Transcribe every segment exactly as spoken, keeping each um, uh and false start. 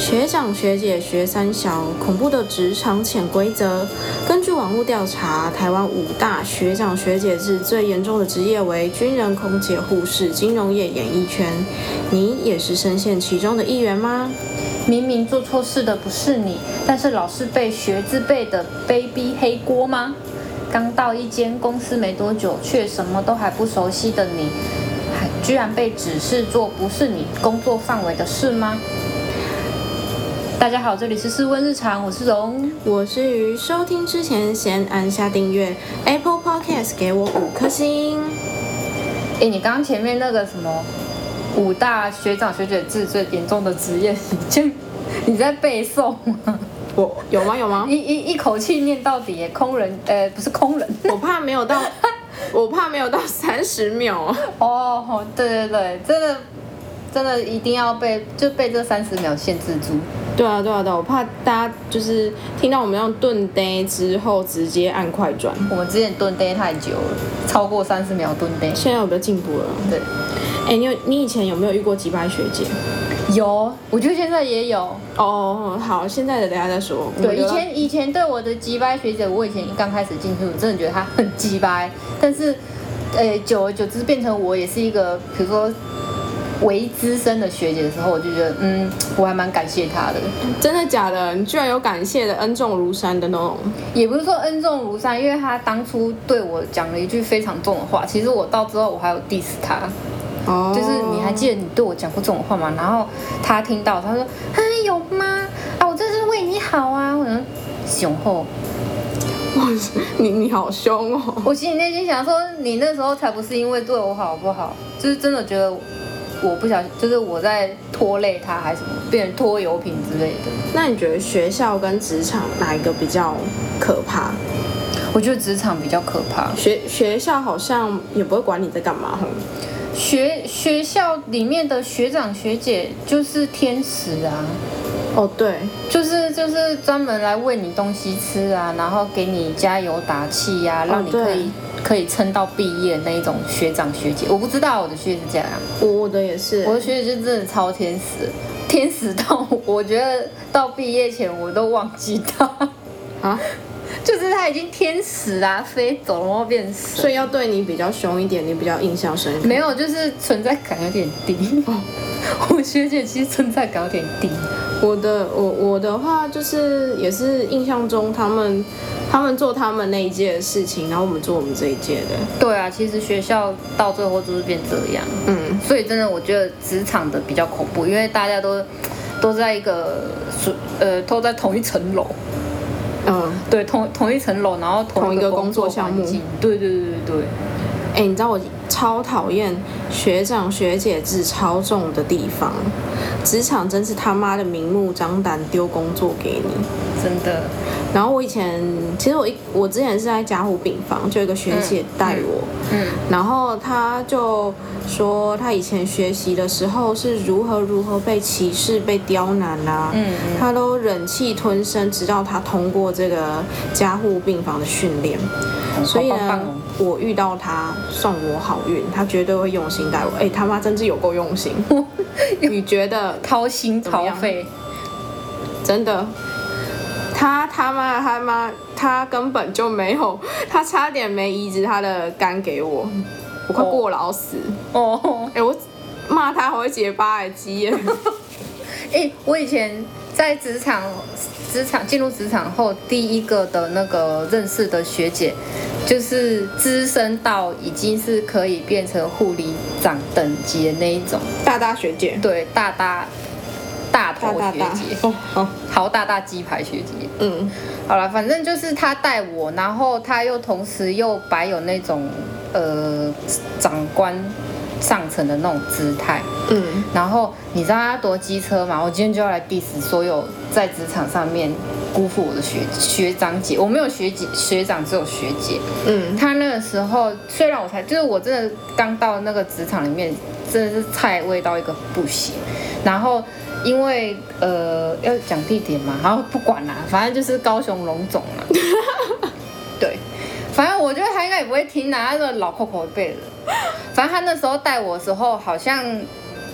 学长学姐学三小，恐怖的职场潜规则。根据网络调查，台湾五大学长学姐制最严重的职业为军人、空姐、护士、金融业、演艺圈。你也是深陷其中的一员吗？ 明明做错事的不是你，但是老是被学字辈的卑逼黑锅吗？刚到一间公司没多久，却什么都还不熟悉的你，还居然被指示做不是你工作范围的事吗？大家好，这里是试问日常，我是荣， 我是鱼。收听之前先按下订阅 ，Apple Podcast 给我五颗星。 哎，你刚刚前面那个什么五大学长学姐制最严重的职业，你就你在背诵吗？ 我有吗？有吗？ 一一一口气念到底耶，空人，呃，不是空人， 我怕没有到，我怕没有到三十秒。 哦，对对对，真的真的一定要被就被这三十秒限制住。 对啊，对啊，对啊，我怕大家就是听到我们用顿呆之后直接按快转。 我们之前顿呆太久了，超过三十秒顿呆。 现在有没有进步了？ 对。 哎，你有你以前有没有遇过击败学姐？ 有，我觉得现在也有。 哦，好，现在的等一下再说。 对，以前以前对我的击败学姐，我以前刚开始进去，我真的觉得她很击败，但是，呃，久而久之变成我也是一个，比如说。为资深的学姐的时候，我就觉得，嗯，我还蛮感谢她的。 真的假的？你居然有感谢的恩重如山的那种？ 也不是说恩重如山，因为她当初对我讲了一句非常重的话，其实我到之后我还有 diss 她。哦。就是你还记得你对我讲过这种话吗？然后她听到，她说：“啊，有吗？啊，我这是为你好啊。”我说：“雄厚。” 哇，你你好凶哦！ 我心里内心想说，你那时候才不是因为对我好不好，就是真的觉得。我不小心，就是我在拖累他，还是什么，变成拖油瓶之类的。 那你觉得学校跟职场哪一个比较可怕？ 我觉得职场比较可怕。 学学校好像也不会管你在干嘛，吼。 学学校里面的学长学姐就是天使啊。 哦，对， 就是就是专门来喂你东西吃啊，然后给你加油打气呀、啊，让你可以、哦、可以撑到毕业那一种学长学姐。我不知道我的学姐是这样， 我的也是， 我的学姐就真的超天使，天使到我觉得到毕业前我都忘记他啊。就是他已经天使啦、啊，飞走了然后变神， 所以要对你比较凶一点，你比较印象深刻。 没有，就是存在感有点低。哦，我学姐其实存在感有点低。 我的我我的话就是也是印象中他们他们做他们那一届的事情，然后我们做我们这一届的。 对啊，其实学校到最后就是变这样。嗯，所以真的我觉得职场的比较恐怖，因为大家都都在一个呃都在同一层楼。嗯，对，同同一层楼，然后同一个工作项目。对对对对对。 哎、欸，你知道我超讨厌学长学姐制超重的地方，职场真是他妈的明目张胆丢工作给你， 真的。 然后我以前其实我一我之前是在嘉湖饼房，就有一个学姐带我，嗯，嗯然后她就说她以前学习的时候是如何如何被歧视、被刁难啊，嗯，嗯她都忍气吞声，直到她通过这个嘉湖饼房的训练。嗯、所以呢，棒棒我遇到她算我好运，她绝对会用心带我。哎，他妈真是有够用心，你觉得掏心掏肺， 真的。他他妈他妈他根本就没有，他差点没移植他的肝给我，我快过劳死哦！哎、欸，我骂他还会结巴哎，鸡耶！ 哎、欸，我以前在职场，职场进入职场后，第一个的那个认识的学姐，就是资深到已经是可以变成护理长等级的那一种大大学姐， 对，大大。大头学姐， 哦，好， 好大大鸡排学姐，嗯，好了，反正就是他带我，然后他又同时又摆有那种呃长官上层的那种姿态，嗯，然后你知道他多机车吗？我今天就要来 diss 所有在职场上面辜负我的学学长姐，我没有学姐学长，只有学姐，嗯，他那个时候虽然我才就是我真的刚到那个职场里面，真的是菜味到一个不行，然后。因为呃要讲地点嘛，然后不管啦，反正就是高雄荣总啦。对，反正我觉得他应该也不会听啦，他是老扣扣一辈的。反正他那时候带我的时候，好像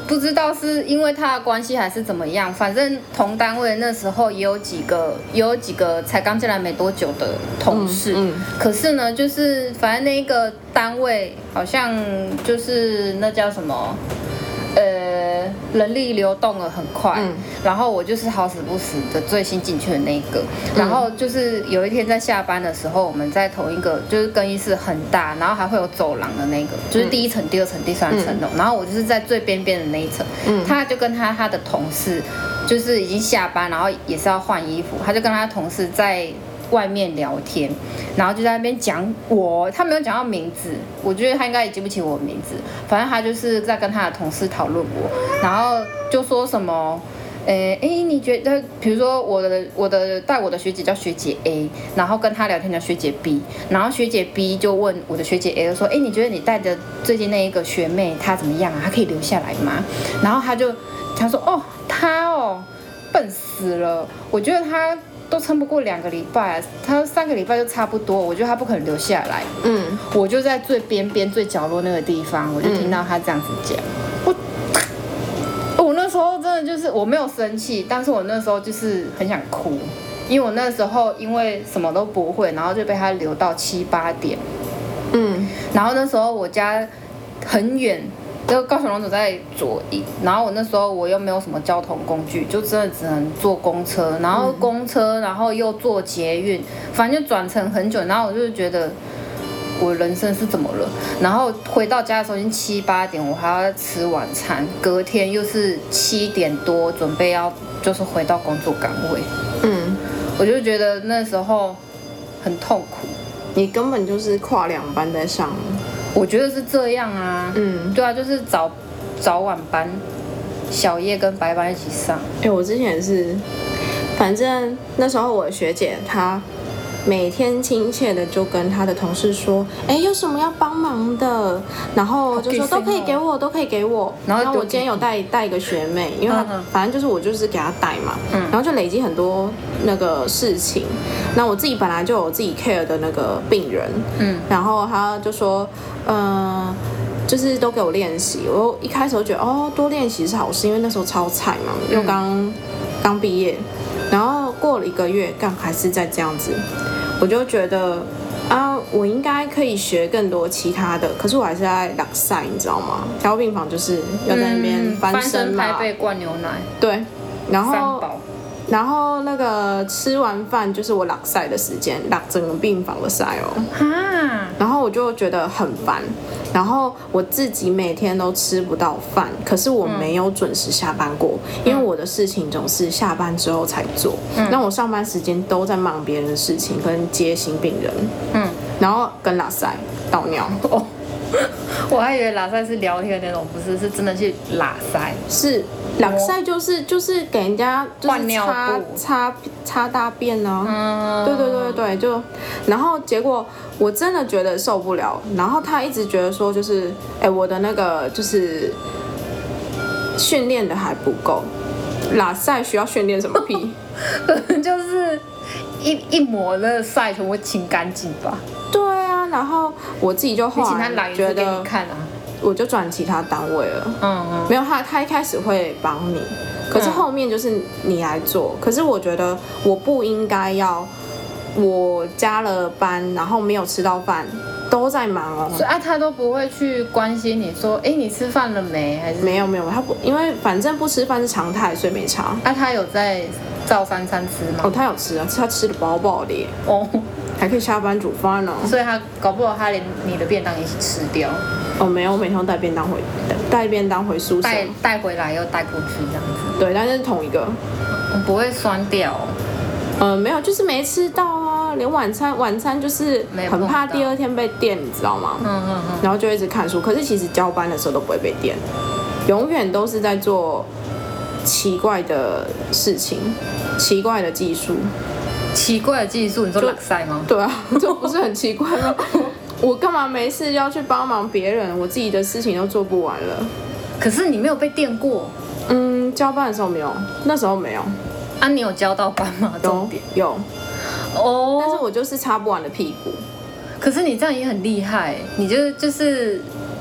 不知道是因为他的关系还是怎么样，反正同单位那时候也有几个，也有几个才刚进来没多久的同事。嗯嗯、可是呢，就是反正那个单位好像就是那叫什么，呃，人力流动的很快。嗯、然后我就是好死不死的最新进去的那一个。嗯、然后就是有一天在下班的时候，我们在同一个就是更衣室很大，然后还会有走廊的那个，就是第一层、第二层、第三层的。嗯、然后我就是在最边边的那一层。嗯、他就跟他他的同事，就是已经下班，然后也是要换衣服，他就跟他同事在外面聊天，然后就在那边讲我，他没有讲到名字，我觉得他应该也记不起我的名字，反正他就是在跟他的同事讨论我，然后就说什么。诶诶，你觉得，比如说我的我的带我的学姐叫学姐 A， 然后跟她聊天叫学姐 B， 然后学姐 B 就问我的学姐 A 说，哎，你觉得你带的最近那一个学妹她怎么样啊？她可以留下来吗？然后她就她说，哦，她哦，笨死了，我觉得她都撑不过两个礼拜，她三个礼拜就差不多，我觉得她不可能留下来。嗯，我就在最边边最角落那个地方，我就听到她这样子讲。我那时候真的就是我没有生气，但是我那时候就是很想哭，因为我那时候因为什么都不会，然后就被他留到七八点，嗯，然后那时候我家很远，就高雄龙走在左营，然后我那时候我又没有什么交通工具，就真的只能坐公车，然后公车，然后又坐捷运，反正就转乘很久，然后我就觉得。我人生是怎么了？然后回到家的时候已经七八点，我还要吃晚餐，隔天又是七点多，准备要就是回到工作岗位。嗯，我就觉得那时候很痛苦。 你根本就是跨两班在上。 我觉得是这样啊。嗯，对啊，就是早早晚班，小夜跟白班一起上。 哎、欸，我之前是，反正那时候我的学姐她。每天亲切的就跟他的同事说，哎，有什么要帮忙的，然后就说都可以给我，都可以给我。然后我今天有带带一个学妹，因为反正就是我就是给她带嘛，然后就累积很多那个事情。那我自己本来就有自己 care 的那个病人，嗯，然后他就说，嗯、呃。就是都给我练习，我一开始就觉得哦，多练习是好事，因为那时候超菜嘛，又刚刚毕业，然后过了一个月，干还是在这样子，我就觉得啊，我应该可以学更多其他的，可是我还是在拉塞，你知道吗？加护病房就是要在那边翻身嘛， 翻身拍背灌牛奶， 对，然后然后那个吃完饭就是我拉塞的时间，拉整个病房的塞哦，哈，然后我就觉得很烦。然后我自己每天都吃不到饭，可是我没有准时下班过，嗯、因为我的事情总是下班之后才做。嗯、那我上班时间都在忙别人的事情，跟接新病人，嗯，然后跟拉塞倒尿。哦， 我还以为拉塞是聊天那种，不是，是真的去拉塞。 是拉塞就是就是给人家就是擦擦擦大便呢、啊。嗯，对对对对，就然后结果。我真的觉得受不了，然后他一直觉得说，就是，哎，我的那个就是训练的还不够，拉塞需要训练什么屁？ 就是一一抹那个塞全部清干净吧。 对啊，然后我自己就后来觉得， 看啊， 我就转其他单位了。嗯嗯，没有他，他一开始会帮你，可是后面就是你来做。可是我觉得我不应该要。我加了班，然后没有吃到饭，都在忙哦。 所以啊，他都不会去关心你说，哎，你吃饭了没？还是没有没有，他不，因为反正不吃饭是常态，所以没差。 啊，他有在照三餐吃吗？ 哦，他有吃啊，他吃的饱饱的耶。哦，还可以下班煮饭哦。 所以他搞不好他连你的便当一起吃掉。 哦，没有，我每天都带便当回带便当回宿舍， 带带回来又带过去这样子。 对，但是同一个， 不会酸掉哦。 呃，没有，就是没吃到啊，连晚餐晚餐就是很怕第二天被电，你知道吗？嗯嗯嗯。然后就一直看书，可是其实交班的时候都不会被电，永远都是在做奇怪的事情，奇怪的技术。 奇怪的技术，你说拉塞吗？ 对啊，这不是很奇怪吗？我干嘛没事要去帮忙别人？我自己的事情都做不完了。 可是你没有被电过？ 嗯，交班的时候没有，那时候没有。 啊，你有交到班吗？重点有，哦，但是我就是擦不完的屁股。 可是你这样也很厉害，你就就是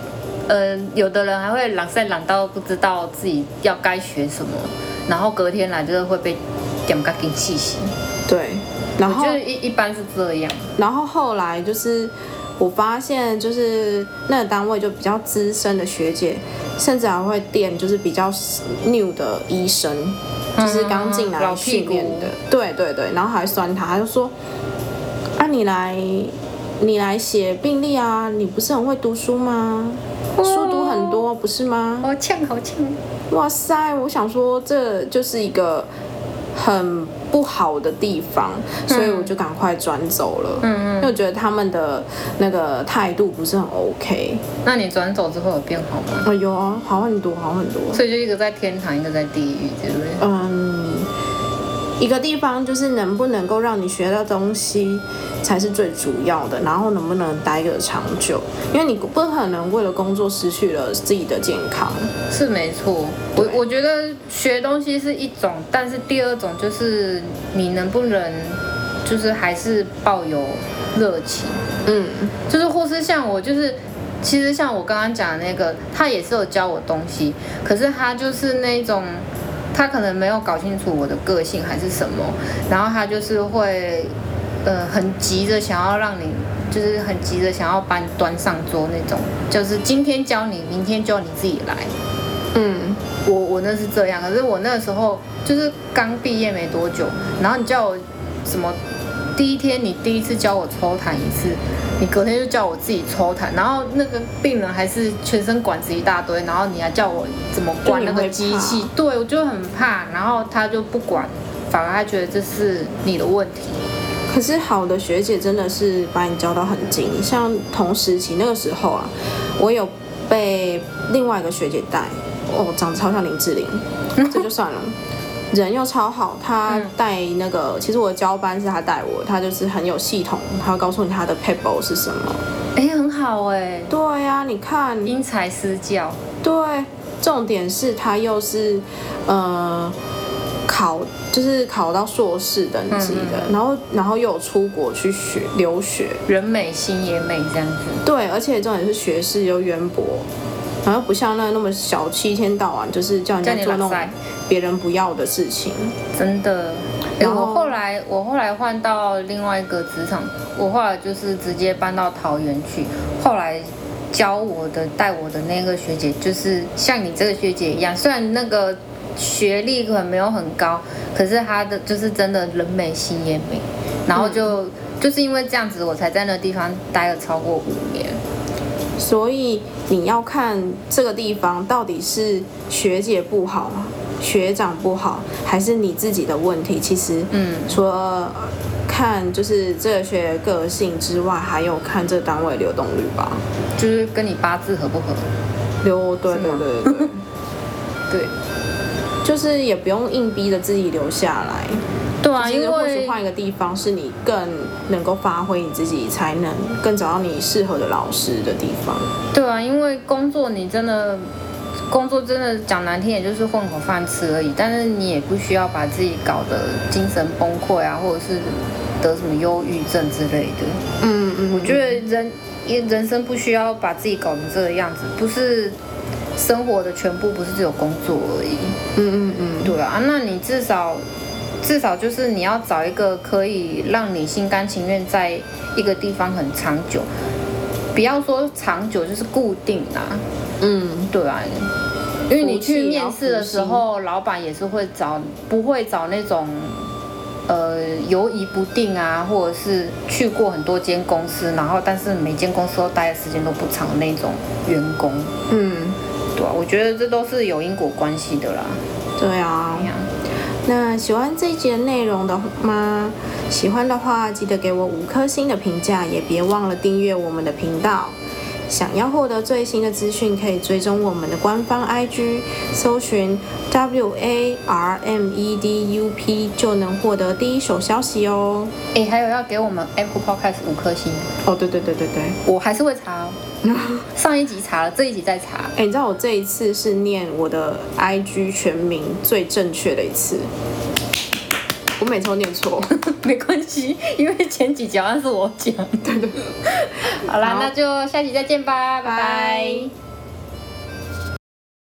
呃，有的人还会朗赛朗到不知道自己要该学什么，然后隔天来就是会被点个给气死。 对，然后我觉得一一般是这样。 然后后来就是我发现，就是那个单位就比较资深的学姐，甚至还会电就是比较 new 的医生，就是刚进来训练的，对对对，然后还酸他，他就说，啊你来你来写病历啊，你不是很会读书吗？书读很多不是吗？ 好呛好呛！ 哇塞，我想说这就是一个很不好的地方，所以我就赶快转走了。嗯嗯，因为我觉得他们的那个态度不是很 OK。 那你转走之后有变好吗？ 哎呦，好很多，好很多。 所以就一个在天堂，一个在地狱，对不对？ 嗯，一个地方就是能不能够让你学到东西才是最主要的，然后能不能待个长久，因为你不可能为了工作失去了自己的健康。 是没错，我我觉得学东西是一种，但是第二种就是你能不能就是还是抱有热情，嗯，就是或是像我就是。其实像我刚刚讲的那个，他也是有教我东西，可是他就是那种，他可能没有搞清楚我的个性还是什么，然后他就是会，呃，很急着想要让你，就是很急着想要把你端上桌那种，就是今天教你，明天就你自己来。嗯，我我那是这样，可是我那时候就是刚毕业没多久，然后你叫我什么？第一天你第一次教我抽痰一次，你隔天就叫我自己抽痰，然后那个病人还是全身管子一大堆，然后你还叫我怎么关那个机器，对我就很怕，然后他就不管，反而他觉得这是你的问题。 可是好的学姐真的是把你教到很精，像同时期那个时候啊，我有被另外一个学姐带，哦，长得超像林志玲，这就算了。人又超好，他带那个，嗯、其实我的交班是他带我，他就是很有系统，他会告诉你他的 paper 是什么。 哎、欸，很好哎、欸。 对呀、啊，你看， 因材施教。 对，重点是他又是呃考，就是考到硕士等级的，嗯嗯然后然后又有出国去学留学， 人美心也美这样子。 对，而且重点是学识又渊博。然后不像那那么小气，一天到晚就是叫人家做那种别人不要的事情， 真的。然后我后来我后来换到另外一个职场，我后来就是直接搬到桃园去。后来教我的带我的那个学姐，就是像你这个学姐一样，虽然那个学历可能没有很高，可是她的就是真的人美心也美。然后就、嗯、就是因为这样子，我才在那地方待了超过五年。 所以你要看这个地方到底是学姐不好，学长不好，还是你自己的问题。其实，嗯，除了看就是这个学个性之外，还有看这个单位流动率吧， 就是跟你八字合不合。 流，对对对对对， 对， 就是也不用硬逼着自己留下来。 对啊，因为或许换一个地方是你更能够发挥你自己才能，更找到你适合的老师的地方。 对啊，因为工作你真的，工作真的讲难听也就是混口饭吃而已，但是你也不需要把自己搞得精神崩溃啊，或者是得什么忧郁症之类的。嗯嗯，我觉得人人生不需要把自己搞成这个样子，不是生活的全部，不是只有工作而已。嗯嗯嗯，对啊，那你至少。至少就是你要找一个可以让你心甘情愿在一个地方很长久，不要说长久，就是固定啦。嗯，对啊，因为你去面试的时候，老板也是会找，不会找那种呃犹疑不定啊，或者是去过很多间公司，然后但是每间公司都待的时间都不长的那种员工。嗯，对啊，我觉得这都是有因果关系的啦。 对啊。那喜欢这一集的内容的吗？喜欢的话，记得给我五颗星的评价，也别忘了订阅我们的频道。想要获得最新的资讯，可以追踪我们的官方 I G， 搜寻 W A R M E D U P 就能获得第一手消息哦。 哎，还有要给我们 Apple Podcast 五颗星哦。对对对对对， 我还是会查哦。上一集查了，这一集再查。 哎，你知道我这一次是念我的 I G 全名最正确的一次。我每次都念错， 没关系，因为前几集好像是我讲。 对对。 好啦，那就下集再见吧，拜拜。